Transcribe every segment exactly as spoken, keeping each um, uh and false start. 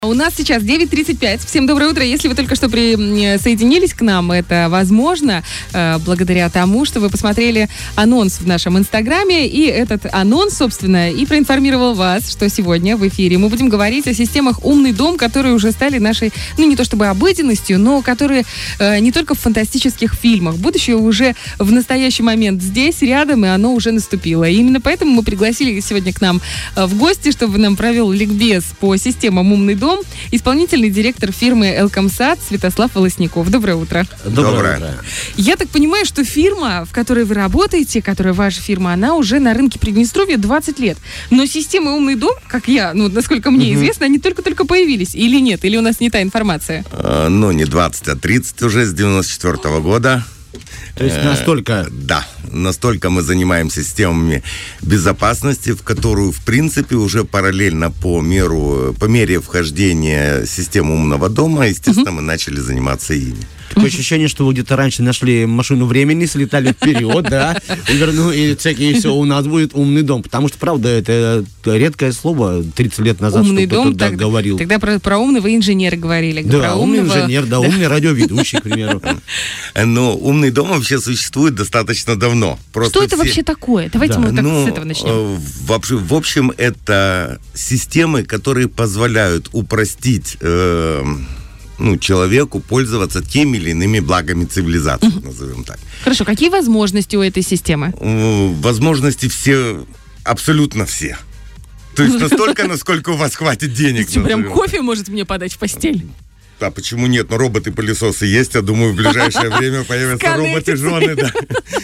У нас сейчас девять тридцать пять. Всем доброе утро. Если вы только что присоединились к нам, это возможно э, благодаря тому, что вы посмотрели анонс в нашем инстаграме. И этот анонс, собственно, и проинформировал вас, что сегодня в эфире мы будем говорить о системах «Умный дом», которые уже стали нашей, ну, не то чтобы обыденностью, но которые э, не только в фантастических фильмах. Будущее уже в настоящий момент здесь, рядом, и оно уже наступило. И именно поэтому мы пригласили сегодня к нам э, в гости, чтобы нам провел ликбез по системам «Умный дом» исполнительный директор фирмы «Элкомсад» Святослав Волосников. Доброе утро. Доброе утро. Я так понимаю, что фирма, в которой вы работаете, которая ваша фирма, она уже на рынке Приднестровья двадцать лет. Но системы «Умный дом», как я, ну, насколько мне угу. известно, они только-только появились. Или нет? Или у нас не та информация? А, ну, не двадцать, а тридцать уже с девяносто четвёртого года. То есть настолько... Да, настолько мы занимаемся системами безопасности, в которую, в принципе, уже параллельно по, меру, по мере вхождения системы умного дома, естественно, uh-huh. мы начали заниматься ими. Такое ощущение, что вы где-то раньше нашли машину времени, слетали вперед, да, и вернули, и чеки, и все, у нас будет умный дом. Потому что, правда, это редкое слово, тридцать лет назад умный что-то дом, тогда так, говорил. Тогда про, про умный вы инженер говорили. Да, про умный умного... инженер, да, умный радиоведущий, к примеру. Но умный дом вообще существует достаточно давно. Просто что это все... вообще такое? Давайте да. мы так ну, с этого начнем. В, в общем, это системы, которые позволяют упростить... Э, ну, человеку пользоваться теми или иными благами цивилизации, uh-huh. назовем так. Хорошо, какие возможности у этой системы? Возможности все, абсолютно все. То есть настолько, насколько у вас хватит денег. Что, прям кофе может мне подать в постель? А почему нет? Но роботы-пылесосы есть. Я думаю, в ближайшее время появятся роботы-жены. Да.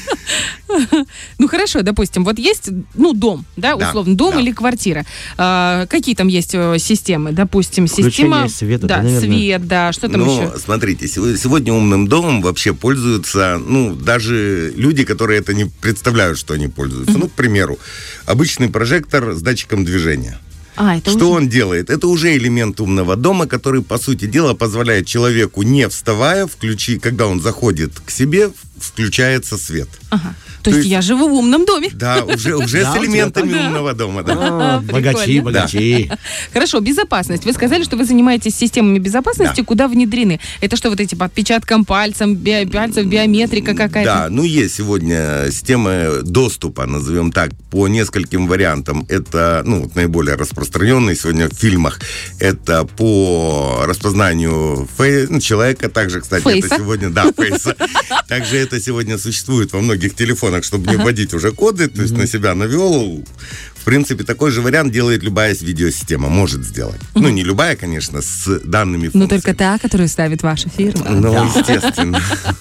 Ну хорошо, допустим, вот есть, ну, дом, да, да условно, дом да. или квартира. А, какие там есть системы? Допустим, система... света, да, да, свет, да, что там ну, еще? Ну, смотрите, сегодня умным домом вообще пользуются, ну, даже люди, которые это не представляют, что они пользуются. Mm-hmm. Ну, к примеру, обычный прожектор с датчиком движения. А, это что уже... он делает? Это уже элемент умного дома, который, по сути дела, позволяет человеку, не вставая, включи, когда он заходит к себе, включается свет. Ага. То, То есть, есть я живу в умном доме. Да, уже, уже с элементами умного дома. Да. Богачи, богачи. Хорошо, безопасность. Вы сказали, что вы занимаетесь системами безопасности, куда внедрены. Это что, вот эти по отпечаткам пальцем, би, пальцев, биометрика какая-то? Да, ну есть сегодня системы доступа, назовем так, по нескольким вариантам. Это, ну, наиболее распространенные сегодня в фильмах. Это по распознанию фей... ну, человека, также, кстати, фейса? это сегодня, да, фейса. Также это сегодня существует во многих телефонах, чтобы ага. не вводить уже коды, то есть mm-hmm. на себя навел. В принципе, такой же вариант делает любая видеосистема, может сделать. Mm-hmm. Ну, не любая, конечно, с данными функциями. Но только та, которую ставит ваша фирма. Ну, естественно.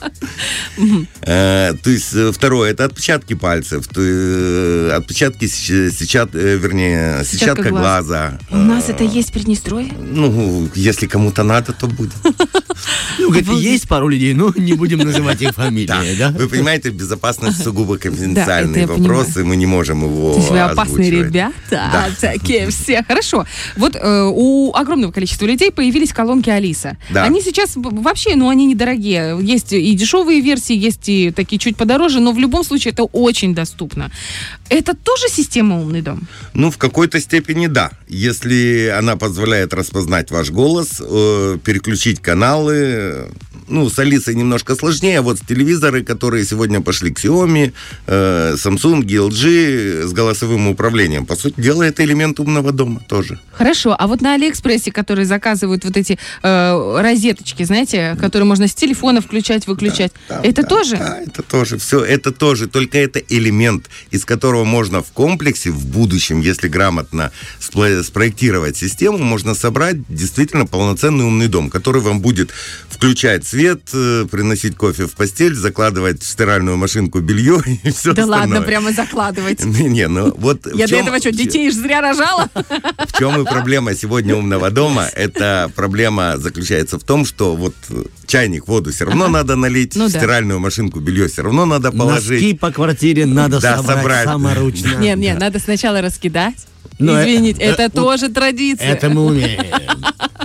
То есть, второе, это отпечатки пальцев, отпечатки, вернее, сетчатка глаза. У нас это есть в Приднестровье? Ну, если кому-то надо, то будет. Ну, говорит, есть пару людей, но не будем называть их фамилии, да? Вы понимаете, безопасность сугубо конфиденциальный вопрос, и мы не можем его озвучивать. То есть вы опасные ребята, да. такие все. Хорошо. Вот э, у огромного количества людей появились колонки Алиса. Да. Они сейчас вообще, ну, они недорогие. Есть и дешевые версии, есть и такие чуть подороже, но в любом случае это очень доступно. Это тоже система «Умный дом»? Ну, в какой-то степени да. Если она позволяет распознать ваш голос, э, переключить каналы. Ну, с Алисой немножко сложнее, а вот телевизоры, которые сегодня пошли к Xiaomi, э, Samsung, эл джи с голосовым управлением, по сути дела, это элемент умного дома тоже. Хорошо, а вот на Алиэкспрессе, которые заказывают вот эти э, розеточки, знаете, которые можно с телефона включать, выключать, да, да, это да, тоже? Да, это тоже, все, это тоже, только это элемент, из которого можно в комплексе в будущем, если грамотно спро- спроектировать систему, можно собрать действительно полноценный умный дом, который вам будет включать свет, приносить кофе в постель, закладывать в стиральную машинку белье и все да остальное. Ладно, прямо закладывать. Не, не, ну вот... Я для этого что, детей зря рожала? В чем и проблема сегодня умного дома? Эта проблема заключается в том, что вот чайник, воду все равно ага. надо налить, ну, в да. стиральную машинку белье все равно надо положить. Носки по квартире надо да, собрать, собрать саморучно. Нет, нет, да. надо сначала раскидать. Но Извините, это, это это тоже традиция. Это мы умеем.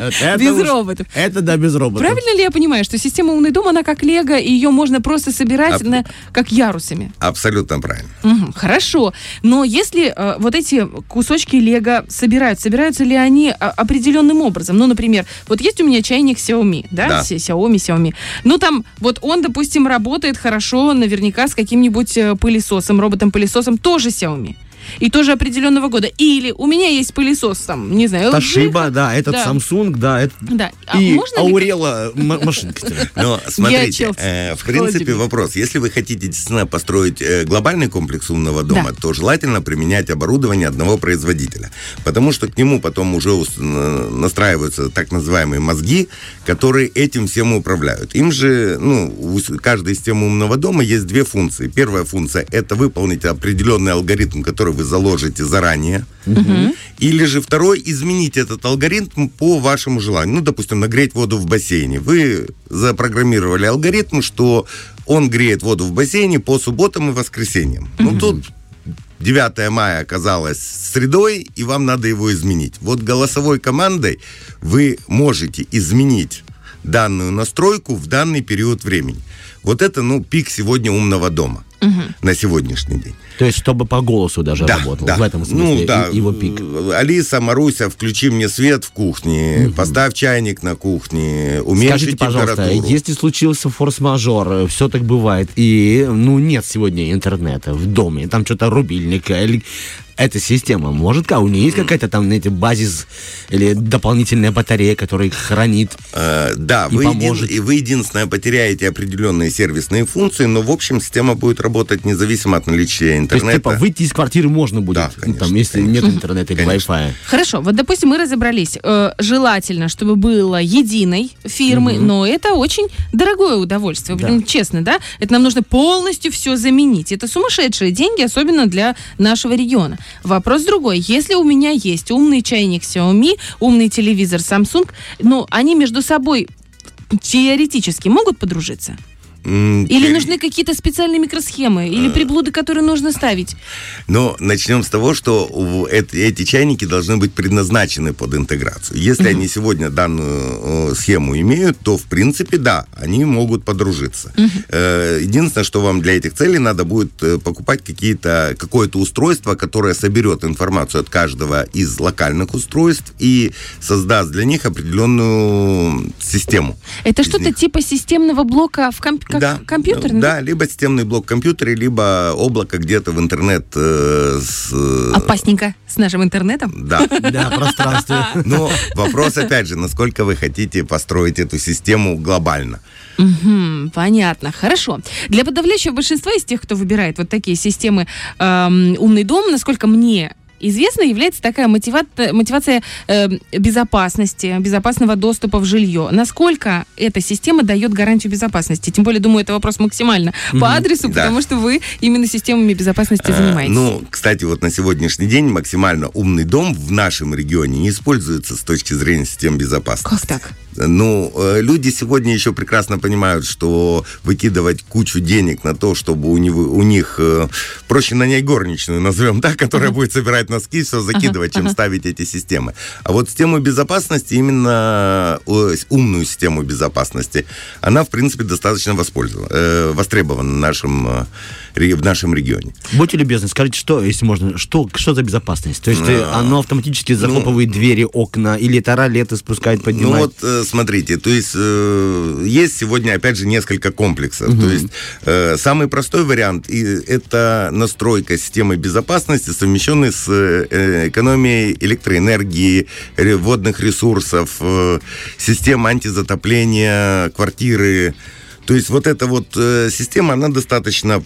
Без роботов. Это да, без роботов. Правильно ли я понимаю, что система «Умный дом», она как лего, и ее можно просто собирать на, как ярусами? Абсолютно правильно. Угу, хорошо. Но если э, вот эти кусочки лего собираются, собираются ли они а, определенным образом? Ну, например, вот есть у меня чайник Xiaomi, да? Да. Xiaomi, Xiaomi. Ну, там, вот он, допустим, работает хорошо наверняка с каким-нибудь пылесосом, роботом-пылесосом, тоже Xiaomi. И тоже определенного года. Или у меня есть пылесос, там, не знаю, Toshiba, да, этот да. Samsung, да. Это... Да. А и можно ли... Аурела машинка. Но смотрите, Челси. э, в В принципе, холодильник. вопрос. Если вы хотите действительно построить э, глобальный комплекс умного дома, Да. то желательно применять оборудование одного производителя. Потому что к нему потом уже ус- на- настраиваются так называемые мозги, которые этим всем управляют. Им же, ну, у с- каждой системы умного дома есть две функции. Первая функция – это выполнить определенный алгоритм, который вы заложите заранее. Мгм. Или же второй, изменить этот алгоритм по вашему желанию. Ну, допустим, нагреть воду в бассейне. Вы запрограммировали алгоритм, что он греет воду в бассейне по субботам и воскресеньям. Ну, тут девятое мая оказалось средой, и вам надо его изменить. Вот голосовой командой вы можете изменить данную настройку в данный период времени. Вот это, ну, пик сегодня умного дома на сегодняшний день. То есть, чтобы по голосу даже работал. В этом смысле Ну, да. и- его пик. Алиса, Маруся, включи мне свет в кухне, поставь чайник на кухне, уменьши Скажите, пожалуйста, температуру. если случился форс-мажор, все так бывает, и, ну, нет сегодня интернета в доме, там что-то рубильника, или... Эта система может, как, у нее есть какая-то там, знаете, базис или дополнительная батарея, которая хранит Э, да, и вы, поможет. един- и вы единственное потеряете определенные сервисные функции, но в общем система будет работать независимо от наличия То есть, интернета. типа, выйти из квартиры можно будет, Да, ну, конечно, там, если конечно. нет интернета или Конечно. Wi-Fi. Хорошо, вот, допустим, мы разобрались. Э, желательно, чтобы было единой фирмы, но это очень дорогое удовольствие, Да. будем честно, да? Это нам нужно полностью все заменить. Это сумасшедшие деньги, особенно для нашего региона. Вопрос другой. Если у меня есть умный чайник Xiaomi, умный телевизор Samsung, ну, они между собой теоретически могут подружиться? М, Или теори- нужны какие-то специальные микросхемы? Или приблуды, которые нужно ставить? Но начнем с того, что у- эти, эти чайники должны быть предназначены под интеграцию. Если они сегодня данную э, схему имеют, то, в принципе, да, они могут подружиться. Э, единственное, что вам для этих целей надо будет э, покупать какие-то, какое-то устройство, которое соберет информацию от каждого из локальных устройств и создаст для них определенную систему. Это из что-то них. типа системного блока в комп- как Да, компьютер? да, либо системный блок компьютера, либо облако где-то в интернет э, с... э, Опасненько с нашим интернетом. Да. Да, пространстве. Но вопрос, опять же, насколько вы хотите построить эту систему глобально. Мгм, понятно, хорошо. Для подавляющего большинства из тех, кто выбирает вот такие системы эм, «Умный дом», насколько мне известно, является такая мотива- мотивация э, безопасности, безопасного доступа в жилье. Насколько эта система дает гарантию безопасности? Тем более, думаю, это вопрос максимально по адресу, Да. потому что вы именно системами безопасности А, занимаетесь. Ну, кстати, вот на сегодняшний день максимально умный дом в нашем регионе не используется с точки зрения систем безопасности. Как так? Ну, э, люди сегодня еще прекрасно понимают, что выкидывать кучу денег на то, чтобы у, него, у них, э, проще нанять горничную, назовем так, которая Ага. будет собирать носки, все закидывать, Ага, чем ага. ставить эти системы. А вот систему безопасности, именно э, умную систему безопасности, она, в принципе, достаточно воспользована, э, востребована в нашем, э, ре- в нашем регионе. Будьте любезны, скажите, что, если можно, что, что за безопасность? То есть э, А, оно автоматически захлопывает двери, окна, или это ролеты спускает, Ну поднимает? вот, э, смотрите, то есть э, есть сегодня, опять же, несколько комплексов. То есть э, самый простой вариант и это настройка системы безопасности, совмещенной с э, экономией электроэнергии, ре- водных ресурсов, э, система антизатопления квартиры. То есть вот эта вот э, система, она достаточно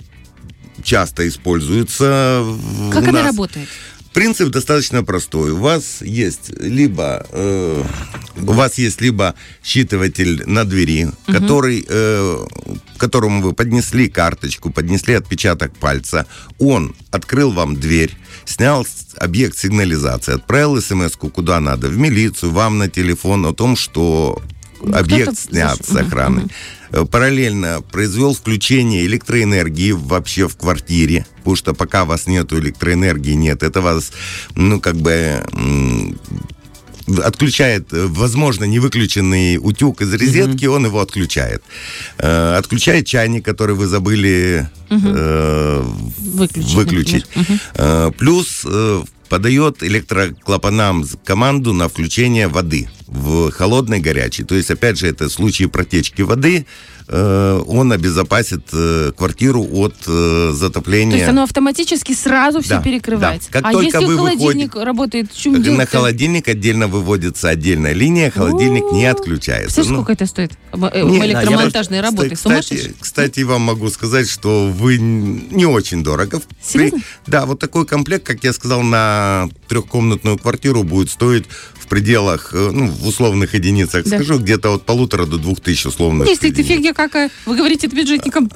часто используется в- Как у она нас. работает? Принцип достаточно простой. У вас есть либо э, у вас есть либо считыватель на двери, который, э, которому вы поднесли карточку, поднесли отпечаток пальца. Он открыл вам дверь, снял с- объект сигнализации, отправил смс-ку куда надо, в милицию, вам на телефон о том, что Ну, объект кто-то снят заш- с охраны. Мгм, Э, Параллельно произвел включение электроэнергии вообще в квартире, потому что пока у вас нету электроэнергии, нет, это вас, ну, как бы м, отключает, возможно, невыключенный утюг из розетки, mm-hmm. он его отключает. Э, отключает чайник, который вы забыли mm-hmm. э, выключить. выключить. Mm-hmm. Э, плюс э, подает электроклапанам команду на включение воды в холодной, горячей. То есть, опять же, это в случае протечки воды, э, он обезопасит э, квартиру от э, затопления. То есть оно автоматически сразу все да, перекрывает. Да. Как а только если вы холодильник выходите, работает, в чем на делать-то? холодильник отдельно выводится отдельная линия, холодильник не отключается. Слышишь, ну, сколько это стоит? Электромонтажные да, работы. Кстати, кстати, вам могу сказать, что вы не очень дорого. Серьезно? Да, вот такой комплект, как я сказал, на трехкомнатную квартиру будет стоить в пределах, ну, в условных единицах, да. скажу, где-то от полутора до двух тысяч условных Если единиц. это фигня какая, вы говорите это бюджетникам.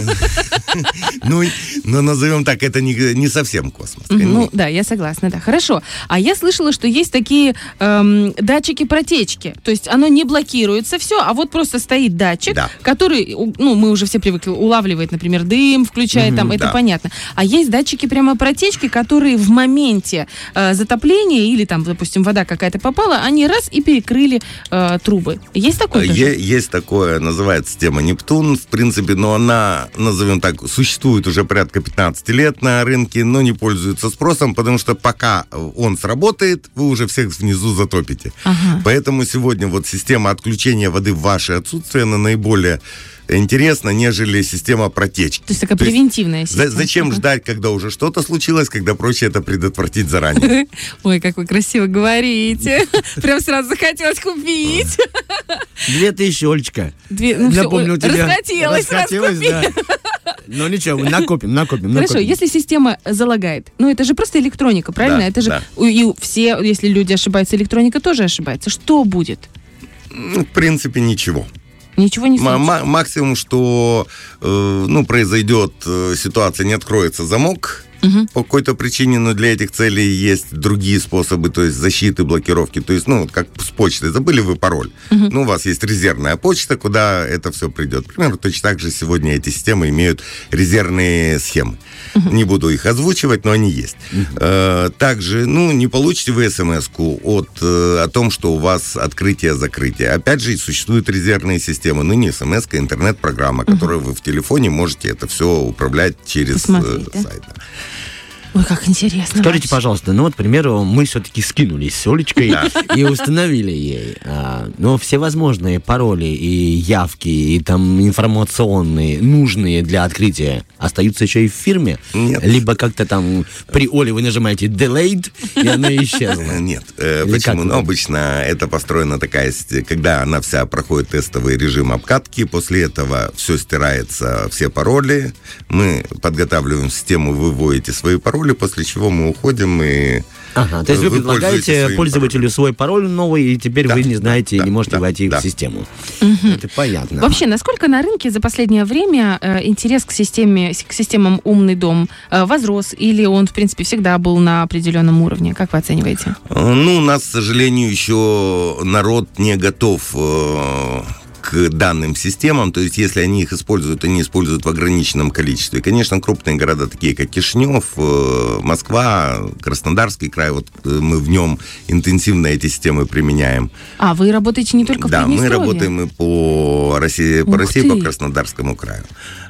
Ну, но назовем так, это не, не совсем космос. Ну, да, я согласна, да. Хорошо. А я слышала, что есть такие эм, датчики протечки. То есть оно не блокируется все, а вот просто стоит датчик, да. который, ну, мы уже все привыкли, улавливает, например, дым, включает, mm-hmm, там, это да. понятно. А есть датчики прямо протечки, которые в моменте э, затопления или там, допустим, вода какая-то попала, они раз и перекрыли э, трубы. Есть такое тоже? Е- есть такое, называется система Нептун, в принципе, но она, назовем так, существует уже порядка пятнадцать лет на рынке, но не пользуется спросом, потому что пока он сработает, вы уже всех внизу затопите. Ага. Поэтому сегодня вот система отключения воды в ваше отсутствие, она наиболее интересно, нежели система протечки. То есть такая То превентивная есть, система. Зачем uh-huh. ждать, когда уже что-то случилось, когда проще это предотвратить заранее? Ой, как вы красиво говорите. Прям сразу захотелось купить. Две тысячи, Олечка. Напомню тебе. Расхотелось сразу купить. Ну ничего, накопим, накопим. Хорошо, если система залагает, ну это же просто электроника, правильно? Да, это же да. и все, если люди ошибаются, электроника тоже ошибается. Что будет? В принципе, ничего. Ничего не случится. М- максимум, что э, ну, произойдет э, ситуация, не откроется замок угу. по какой-то причине, но для этих целей есть другие способы, то есть защиты, блокировки. То есть, ну, как с почтой. Забыли вы пароль. Угу. Ну, у вас есть резервная почта, куда это все придет. Примерно точно так же сегодня эти системы имеют резервные схемы. Uh-huh. Не буду их озвучивать, но они есть. Uh-huh. Э, также, ну, не получите вы смс-ку от, э, о том, что у вас открытие-закрытие. Опять же, существуют резервные системы. Ну, не смс-ка, интернет-программа, uh-huh. которой вы в телефоне можете это все управлять через э, да? сайт. Ой, как интересно. Скажите, пожалуйста, ну вот, к примеру, мы все-таки скинулись с Олечкой и установили ей, а, но всевозможные пароли и явки, и там информационные, нужные для открытия, остаются еще и в фирме? Нет. Либо как-то там при Оле вы нажимаете delayed, и она исчезла? Нет. Э, почему? Ну, обычно это построена такая, когда она вся проходит тестовый режим обкатки, после этого все стирается, все пароли, мы подготавливаем систему, вы вводите свои пароли, после чего мы уходим и... Ага, то есть вы, вы предлагаете пользователю паролем. свой пароль новый, и теперь да, вы не знаете, да, не можете да, войти да. в систему. Угу. Это понятно. Вообще, насколько на рынке за последнее время э, интерес к системе, к системам «Умный дом» э, возрос, или он, в принципе, всегда был на определенном уровне? Как вы оцениваете? Ну, у нас, к сожалению, еще народ не готов... Э, к данным системам, то есть если они их используют, они используют в ограниченном количестве. Конечно, крупные города, такие как Кишинев, Москва, Краснодарский край, вот мы в нем интенсивно эти системы применяем. А, вы работаете не только в Да, Приднестровье? мы работаем и по России, по, России, по Краснодарскому краю.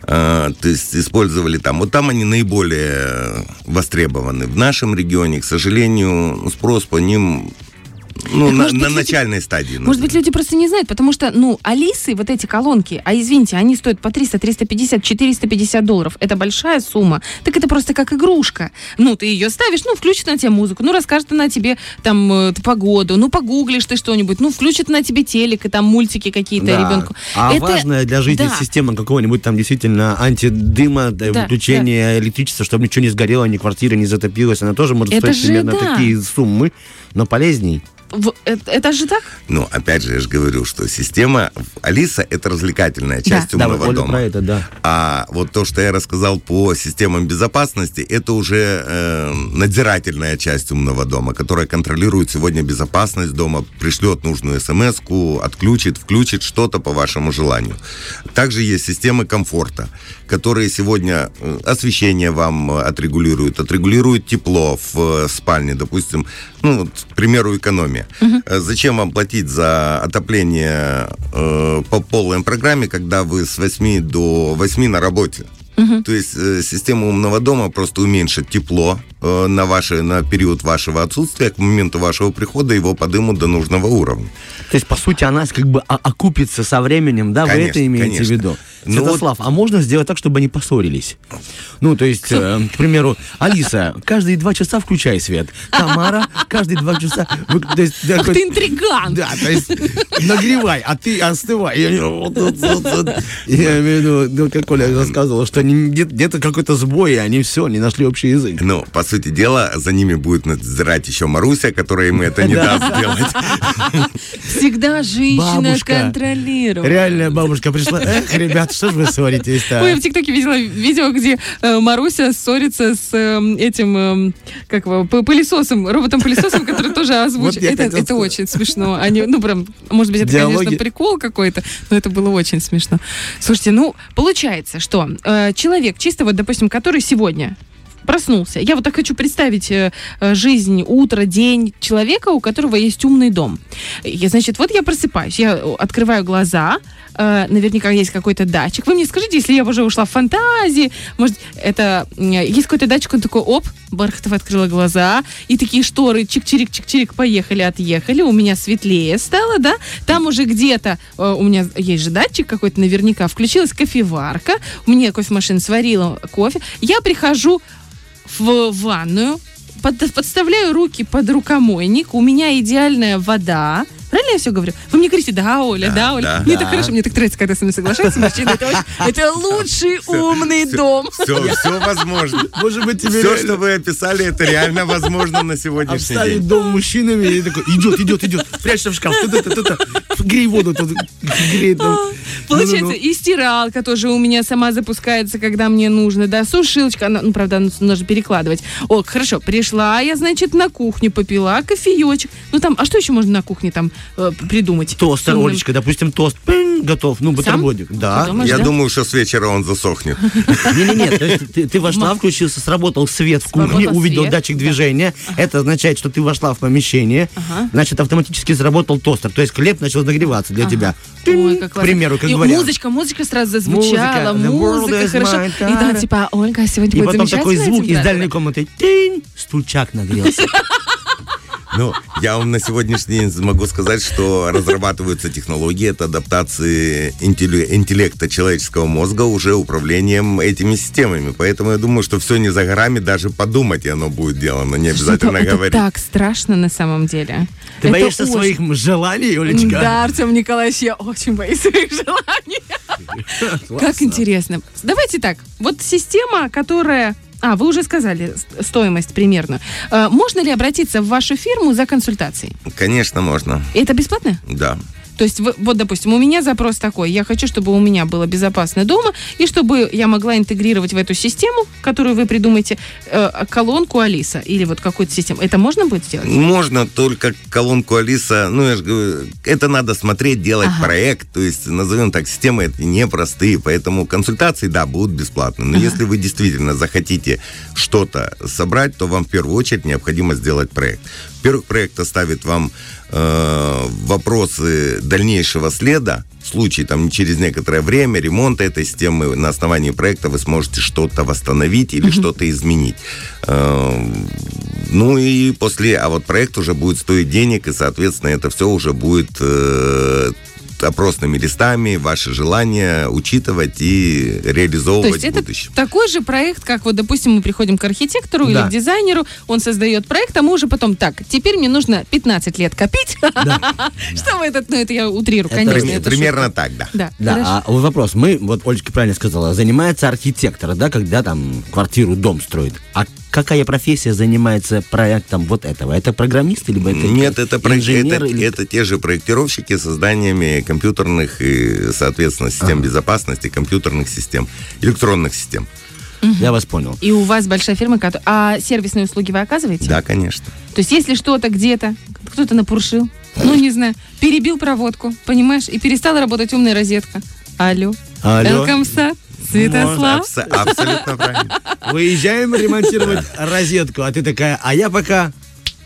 А, то есть использовали там. Вот там они наиболее востребованы. В нашем регионе, к сожалению, спрос по ним... Ну, так, на, быть, на люди, начальной стадии. Может например. быть, люди просто не знают, потому что, ну, Алисы, вот эти колонки, а извините, они стоят по триста, триста пятьдесят, четыреста пятьдесят долларов. Это большая сумма. Так это просто как игрушка. Ну, ты ее ставишь, ну, включит на тебе музыку, ну, расскажет она тебе там э, погоду, ну, погуглишь ты что-нибудь, ну, включит на тебе телек, и там мультики какие-то да. ребенку. А это... важная для жизни да. система какого-нибудь там действительно антидыма, да, выключения да. электричества, чтобы ничего не сгорело, ни квартира не затопилась, она тоже может это стоить же, примерно да. такие суммы, но полезней. В, это, это же так? Ну, опять же, я же говорю, что система Алиса — это развлекательная часть да. умного да, дома. Про это, да. А вот то, что я рассказал по системам безопасности, это уже э, надзирательная часть умного дома, которая контролирует сегодня безопасность дома, пришлет нужную смс-ку, отключит, включит что-то по вашему желанию. Также есть системы комфорта, которые сегодня освещение вам отрегулируют, отрегулируют тепло в спальне. Допустим, Ну, вот, к примеру, экономия. Uh-huh. Зачем вам платить за отопление э, по полной программе, когда вы с восьми до восьми на работе? Uh-huh. То есть э, система умного дома просто уменьшит тепло э, на, ваше, на период вашего отсутствия, к моменту вашего прихода его подымут до нужного уровня. То есть, по сути, она как бы окупится со временем, да? Конечно, вы это имеете конечно. в виду? Ну Святослав, вот... а можно сделать так, чтобы они поссорились? Ну, то есть, э, к примеру, Алиса, каждые два часа включай свет. Тамара, каждые два часа... Вы, то есть, Ах ты интриган! Да, то есть, нагревай, а ты остывай. Я имею в виду, ну, как Оля рассказывала, что они, где-то какой-то сбой, и они все, не нашли общий язык. Ну, по сути дела, за ними будет надзирать еще Маруся, которая им это не даст сделать. Всегда женщина контролирует. Реальная бабушка пришла. Эх, ребят, что же вы ссоритесь-то? Ой, я в ТикТоке видела видео, где э, Маруся ссорится с э, этим, э, как его, пылесосом, роботом-пылесосом, который тоже озвучивает. Это, это очень смешно. Они, ну, прям, может быть, это, Диалоги. конечно, прикол какой-то, но это было очень смешно. Слушайте, ну, получается, что э, человек, чисто вот, допустим, который сегодня проснулся. Я вот так хочу представить э, жизнь, утро, день человека, у которого есть умный дом. Я, значит, вот я просыпаюсь, я открываю глаза, э, наверняка есть какой-то датчик. Вы мне скажите, если я уже ушла в фантазии, может, это есть какой-то датчик, он такой, оп, Бархатова открыла глаза, и такие шторы, чик-чирик, чик-чирик, поехали, отъехали, у меня светлее стало, да, там уже где-то, э, у меня есть же датчик какой-то, наверняка, включилась кофеварка, у меня кофемашина сварила кофе, я прихожу в ванную, под, подставляю руки под рукомойник, у меня идеальная вода. Правильно я все говорю? Вы мне говорите, да, Оля, да, да Оля. Да, мне да. так хорошо, мне так нравится, когда со мной соглашаются мужчины. Это, очень, это лучший все, умный все, дом. Все, все возможно. Может быть, тебе все, реально... что вы описали, это реально возможно на сегодняшний Обставить день. дом мужчинами и такой, идет, идет, идет, прячься в шкаф, грей воду, тут грей там. Получается, ну, ну, ну. и стиралка тоже у меня сама запускается, когда мне нужно, да, сушилочка, она, ну, правда, нужно перекладывать. О, хорошо, пришла я, значит, на кухню, попила кофеечек. Ну, там, а что еще можно на кухне там э, придумать? Тостер, ну, Олечка, допустим, тост, пинь, готов, ну, бутербродик. Да. Я да? думаю, что с вечера он засохнет. Не-не-не, то есть ты, ты вошла, включился, сработал свет в кухне, Сработал увидел свет. датчик движения. Ага. Это означает, что ты вошла в помещение, ага. значит, автоматически заработал тостер. То есть хлеб начал нагреваться для ага. тебя. Ой, к примеру, как и говорят. Музычка, музычка сразу зазвучала, музыка, музыка, хорошо. И да, типа, Ольга, сегодня и будет потом такой звук из дальней температура. комнаты. Тынь, стульчак нагрелся. Ну, я вам на сегодняшний день могу сказать, что разрабатываются технологии, это адаптации интеллекта человеческого мозга уже управлением этими системами. Поэтому я думаю, что все не за горами, даже подумать, и оно будет делано, не обязательно это говорить. Так страшно на самом деле. Ты это боишься очень... своих желаний, Олечка? Да, Артем Николаевич, я очень боюсь своих желаний. Как интересно. Давайте так, вот система, которая... А, вы уже сказали стоимость примерно. А, можно ли обратиться в вашу фирму за консультацией? Конечно, можно. Это бесплатно? Да. То есть, вы, вот, допустим, у меня запрос такой. Я хочу, чтобы у меня было безопасно дома, и чтобы я могла интегрировать в эту систему, которую вы придумаете, э, колонку Алиса или вот какую-то систему. Это можно будет сделать? Можно, только колонку Алиса, ну, я же говорю, это надо смотреть, делать ага. проект. То есть, назовем так, системы это непростые, поэтому консультации, да, будут бесплатны. Но ага. если вы действительно захотите что-то собрать, то вам в первую очередь необходимо сделать проект. Во-первых, проект оставит вам э, вопросы дальнейшего следа. В случае, там, через некоторое время ремонта этой системы на основании проекта вы сможете что-то восстановить или mm-hmm. что-то изменить. Э, ну и после... А вот проект уже будет стоить денег, и, соответственно, это все уже будет... Э, опросными листами, ваши желания учитывать и реализовывать в будущем. Это такой же проект, как вот, допустим, мы приходим к архитектору да. или к дизайнеру, он создает проект, а мы уже потом, так, теперь мне нужно пятнадцать лет копить. Да. Что вы этот, ну это я утрирую, конечно. Примерно так, да. Да, да. А вопрос, мы, вот Олечка правильно сказала, занимается архитектор, да, когда там квартиру, дом строит. А какая профессия занимается проектом вот этого? Это программист или это Нет, это, инженер? Это, или... это те же проектировщики с созданиями компьютерных и, соответственно, систем ага. безопасности, компьютерных систем, электронных систем. Угу. Я вас понял. И у вас большая фирма, а сервисные услуги вы оказываете? Да, конечно. То есть если что-то где-то, кто-то напуршил, ну не знаю, перебил проводку, понимаешь, и перестала работать умная розетка. Алло. Алло. Элкомсад. Святослав? Абс- абсолютно правильно. Выезжаем ремонтировать розетку, а ты такая, а я пока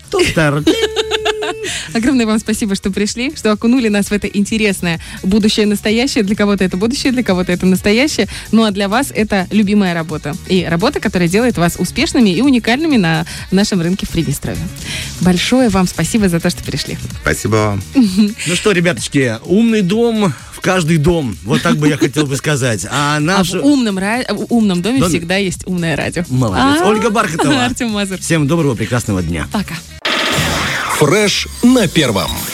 Тостер. Огромное вам спасибо, что пришли, что окунули нас в это интересное будущее-настоящее. Для кого-то это будущее, для кого-то это настоящее. Ну а для вас это любимая работа. И работа, которая делает вас успешными и уникальными на нашем рынке в Приднестровье. Большое вам спасибо за то, что пришли. Спасибо вам. Ну что, ребяточки, умный дом в каждый дом. Вот так бы я хотел бы сказать. А, наш... а в, умном ра... в умном доме, доме всегда есть умное радио. Молодец. А-а-а. Ольга Бархатова. Артем Мазур. Всем доброго, прекрасного дня. Пока. Фреш на первом.